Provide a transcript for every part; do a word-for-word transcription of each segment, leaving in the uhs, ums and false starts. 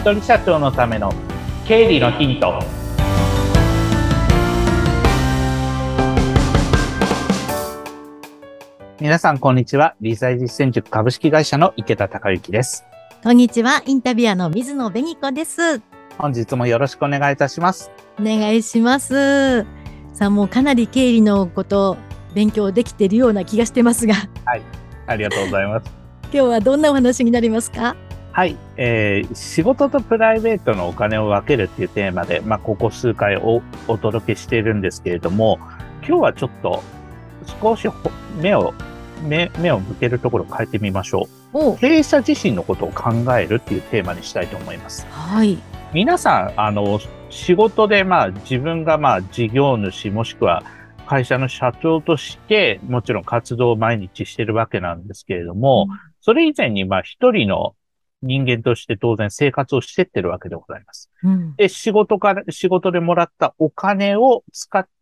一人社長のための経理のヒント。皆さんこんにちは。理財実践塾株式会社の池田孝之です。 こんにちは。インタビュアーの水野紅子です。 本日もよろしくお願いいたします。 お願いします。さあ、もうかなり経理のこと勉強できているような気がしてますが、 はい、ありがとうございます。 今日はどんなお話になりますか？ はい、えー、仕事とプライベートのお金を分けるっていうテーマで、まあ、ここ数回おお届けしているんですけれども、今日はちょっと少し目を目目を向けるところを変えてみましょう。経営者自身のことを考えるっていうテーマにしたいと思います。 はい。 皆さん、あの、仕事で、まあ、自分が、まあ、事業主もしくは会社の社長として、もちろん活動を毎日してるわけなんですけれども、うん、それ以前に、まあ、一人の人間として当然生活をしてってるわけでございます。うん、で、仕事から、仕事でもらったお金を使って、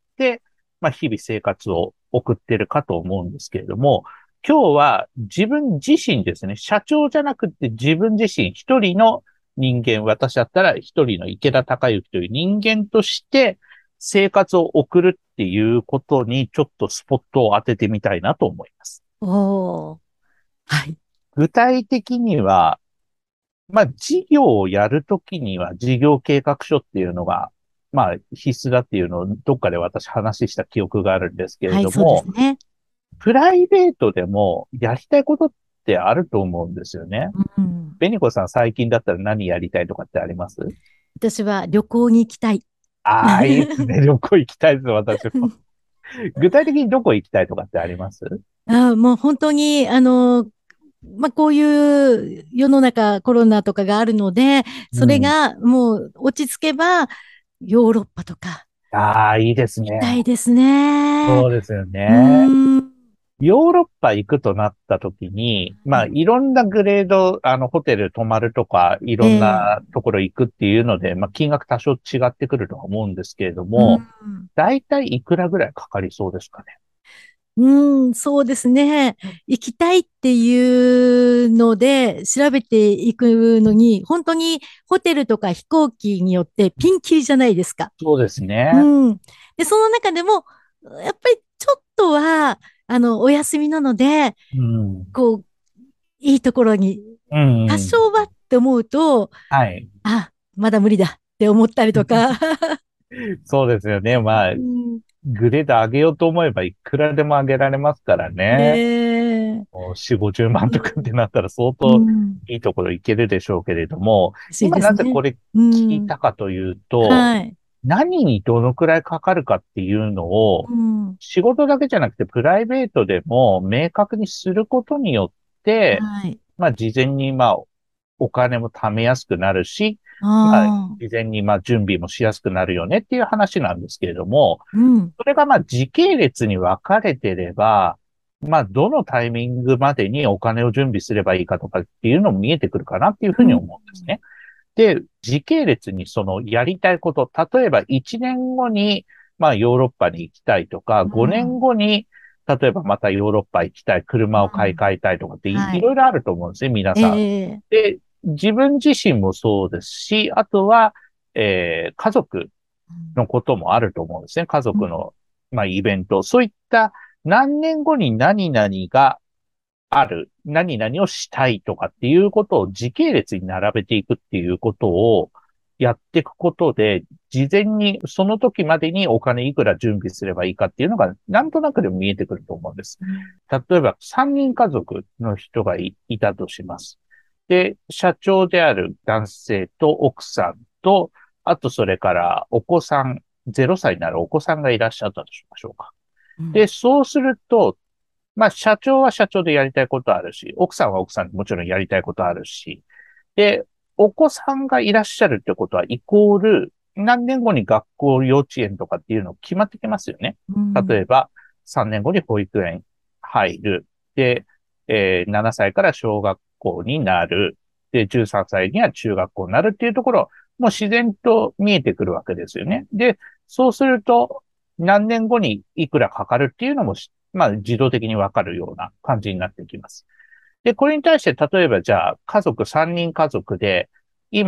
まあ、日々生活を送ってるかと思うんですけれども、今日は自分自身ですね、社長じゃなくて自分自身一人の人間、私だったら一人の池田孝之という人間として生活を送るっていうことにちょっとスポットを当ててみたいなと思います。 おー。はい。 具体的には、まあ、事業をやるときには事業計画書っていうのが、まあ、必須だっていうのをどっかで私話した記憶があるんですけれども、はい、そうですね。プライベートでもやりたいことってあると思うんですよね。うん、ベニコさん最近だったら何やりたいとかってあります？ 私は旅行に行きたい。 ああ、いいですね。旅行行きたいです、私も。具体的にどこ行きたいとかってあります？ あもう本当に、あの、まあ、こういう世の中コロナとかがあるので、それがもう落ち着けばヨーロッパとか。 ああ、いいですね。 行きたいですね。 そうですよね。ヨーロッパ行くとなった時に、まあ、いろんなグレード、あの、ホテル泊まるとか、いろんなところ行くっていうので、えー、まあ、金額多少違ってくるとは思うんですけれども、だいたいいくらぐらいかかりそうですかね。 うん、そうですね。行きたいっていうので調べていくのに、本当にホテルとか飛行機によってピンキリじゃないですか。 そうですね。 うん。で、その中でも、やっぱりちょっとは、あの、お休みなので、うん、こう、いいところに、多少はって思うと、 はい。 あ、まだ無理だって思ったりとか。 そうですよね。まあ、うん、グレード上げようと思えばいくらでも上げられますからね。えー、よん、ごじゅうまんとかってなったら相当いいところ行けるでしょうけれども、うん、今なぜこれ聞いたかというと、うんはい、何にどのくらいかかるかっていうのを、うん、仕事だけじゃなくてプライベートでも明確にすることによって、はい、まあ事前にまあお金も貯めやすくなるし、まあ、事前にまあ準備もしやすくなるよねっていう話なんですけれども、うん、それがまあ時系列に分かれてれば、まあどのタイミングまでにお金を準備すればいいかとかっていうのも見えてくるかなっていうふうに思うんですね。うん、で、時系列にそのやりたいこと、例えばいちねんごにまあヨーロッパに行きたいとか、ごねんごに例えばまたヨーロッパ行きたい、車を買い替えたいとかっていろいろあると思うんですね、皆さん。えー、で、自分自身もそうですし、あとは、えー、家族のこともあると思うんですね。家族の、まあ、イベント。そういった何年後に何々がある、何々をしたいとかっていうことを時系列に並べていくっていうことをやっていくことで、事前にその時までにお金いくら準備すればいいかっていうのがなんとなくでも見えてくると思うんです。例えばさんにん家族の人が い, いたとします。で、社長である男性と奥さんと、あとそれからお子さん、ぜろさいになるお子さんがいらっしゃったとしましょうか。うん、で、そうすると、まあ社長は社長でやりたいことあるし、奥さんは奥さんでもちろんやりたいことあるし、で、お子さんがいらっしゃるってことはイコール、何年後に学校、幼稚園とかっていうの決まってきますよね。うん、例えば、さんねんごに保育園入る。で、えー、ななさいから小学校になる。で、じゅうさんさいには中学校になるっていうところ、もう自然と見えてくるわけですよね。で、そうすると、何年後にいくらかかるっていうのも、まあ、自動的にわかるような感じになってきます。で、これに対して、例えばじゃあ、家族、さんにん家族で、今、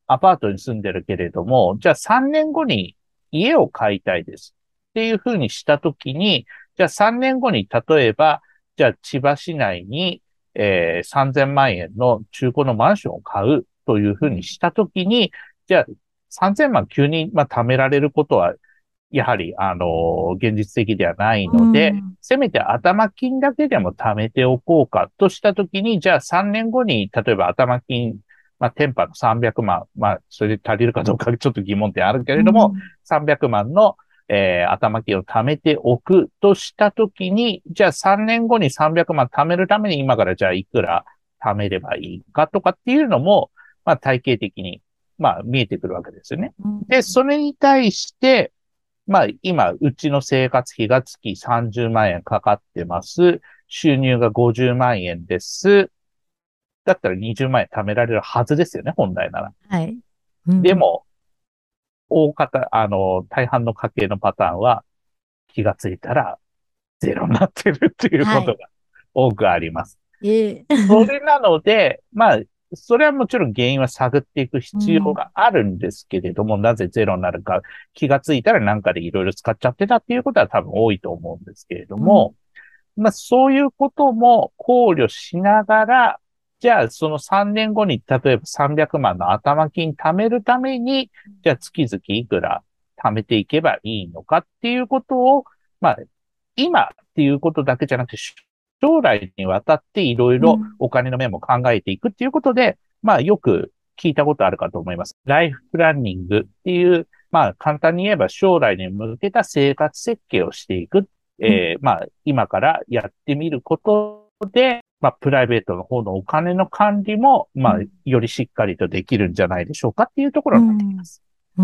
アパートに住んでるけれども、じゃあさんねんごに家を買いたいですっていうふうにしたときに、じゃあさんねんごに例えば、じゃあ千葉市内に、えー、さんぜんまん円の中古のマンションを買うというふうにしたときに、じゃあさんぜんまん急に、まあ、貯められることは、やはり、あの、現実的ではないので、 うん、 せめて頭金だけでも貯めておこうかとしたときに、じゃあさんねんごに、例えば頭金、まあ、テンパのさんびゃくまん、まあ、それで足りるかどうかちょっと疑問点あるけれども、 うん、 さんびゃくまんの、えー、頭金を貯めておくとしたときに、じゃあさんねんごにさんびゃくまん貯めるために今からじゃあいくら貯めればいいかとかっていうのも、まあ、体系的に、まあ、見えてくるわけですよね。で、それに対して、まあ、今、うちの生活費が月さんじゅうまん円かかってます。収入がごじゅうまん円です。だったらにじゅうまん円貯められるはずですよね、本来なら。 はい。うん、 でも、大方、あの、大半の家計のパターンは、気がついたらゼロになってるっていうはい。 ことが多くあります。 ええ。 それなので、まあ、それはもちろん原因は探っていく必要うん、 があるんですけれども、なぜゼロになるか、気がついたらなんかでいろいろ使っちゃってたっていうことは多分多いと思うんですけれどうん、 も、まあそういうことも考慮しながら、じゃあそのさんねんごに例えばさんびゃくまんの頭金貯めるために、じゃあ月々いくら貯めていけばいいのかっていうことを、まあ今っていうことだけじゃなくて、将来にわたっていろいろうん、 お金の面も考えていくっていうことで、まあよく聞いたことあるかと思います。ライフプランニングっていう、まあ簡単に言えば将来に向けた生活設計をしていく。 うん、 えー、まあ今からやってみることで、まあプライベートの方のお金の管理も、まあよりしっかりとできるんじゃないでしょうかっていうところになってきまうん、 す。 うん。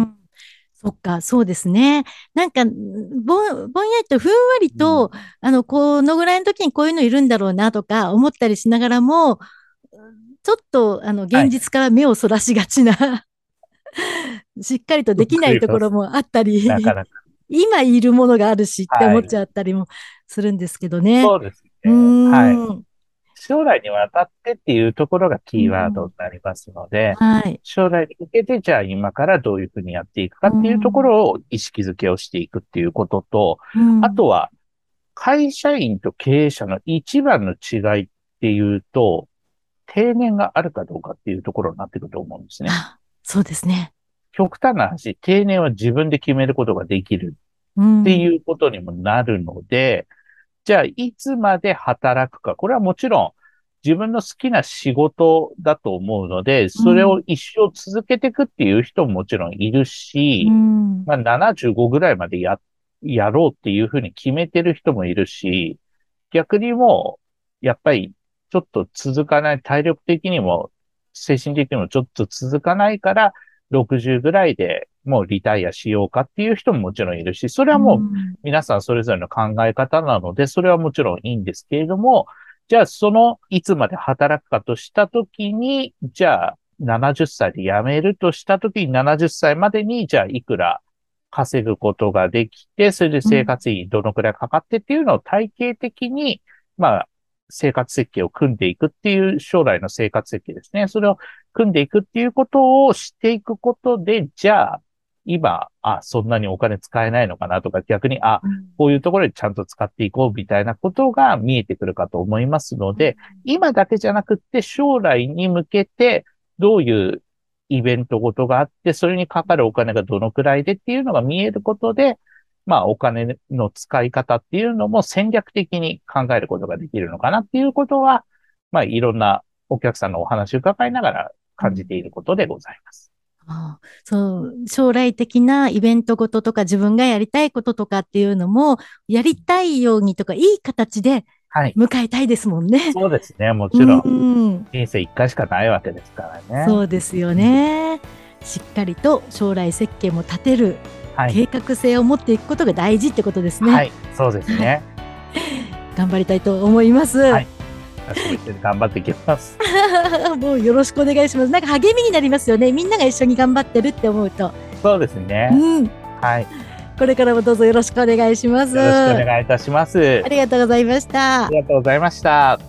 うんそっか、そうですね。なんか、ぼん、ぼんやりとふんわりうん、 と、あの、このぐらいの時にこういうのいるんだろうなとか思ったりしながらも、ちょっと、あの、 はい。 現実から目をそらしがちなしっかりとわできないところかります。 もあったり、 なかなか。 今いるものがあるしってはい。 思っちゃったりもするんですけどね。 そうですうね。はい。 ーん。 将来にわたってっていうところがうキーワードん。 になりますので、 はい。 将来に向けてじゃあ今からどういうふうにやっていくかうっていうとこん。 ろを意識づけをしていくっていうことと、 うん。 あとは会社員と経営者の一番の違いっていうと、定年があるかどうかっていうところになってくると思うんですね。 あ、そうですね。 極端な話、定年は自分で決めることができるうっていん。 うことにもなるので、じゃあ、いつまで働くか。これはもちろん自分の好きな仕事だと思うので、それをうん。 一生続けていくっていう人ももちろんいるうし、 ん。 まあななじゅうごぐらいまでや、やろうっていうふうに決めてる人もいるし、逆にもう、やっぱりちょっと続かない、体力的にも精神的にもちょっと続かないから、ろくじゅうぐらいでもうリタイアしようかっていう人ももちろんいるし、それうはもうん。 皆さんそれぞれの考え方なので、それはもちろんいいんですけれども、じゃあそのいつまで働くかとしたときに、じゃあななじゅっさいで辞めるとしたときにななじゅっさいまでに、じゃあいくら稼ぐことができて、それで生うん。 活費どのくらいかかってっていうのを体系的に、まあ、生活設計を組んでいくっていう将来の生活設計ですね。それを組んでいくっていうことをしていくことで、じゃあ、今、あ、そんなにお金使えないのかなとか、逆に、あ、 うんこういうところでちゃんと使っていこうみたいなことが見えてくるかと思いますので、今だけじゃなくって将来に向けてどういうイベントごとがあって、それにかかるお金がどのくらいでっていうのが見えることで、まあお金の使い方っていうのも戦略的に考えることができるのかなっていうことは、まあいろんなお客さんのお話を伺いながら感じていることでございます。 ああそう、将来的なイベントごととか自分がやりたいこととかっていうのも、やりたいようにとか、いい形ではい。 迎えたいですもんね。 そうですね。もうちろんん。 人生一回しかないわけですからね。 そうですようん、 ね。しっかりと将来設計も立てる、 はい。 計画性を持っていくことが大事ってことですね。 はい。そうですはい。 ね。 頑張りたいと思います。 はい。私も一緒に頑張っていきます。 もうよろしくお願いします。なんか励みになりますよね。みんなが一緒に頑張ってるって思うと。 そうですね。 うん。 はい。 これからもどうぞよろしくお願いします。 よろしくおあ願いいたします。 りがとうございました。 ありがとうございました。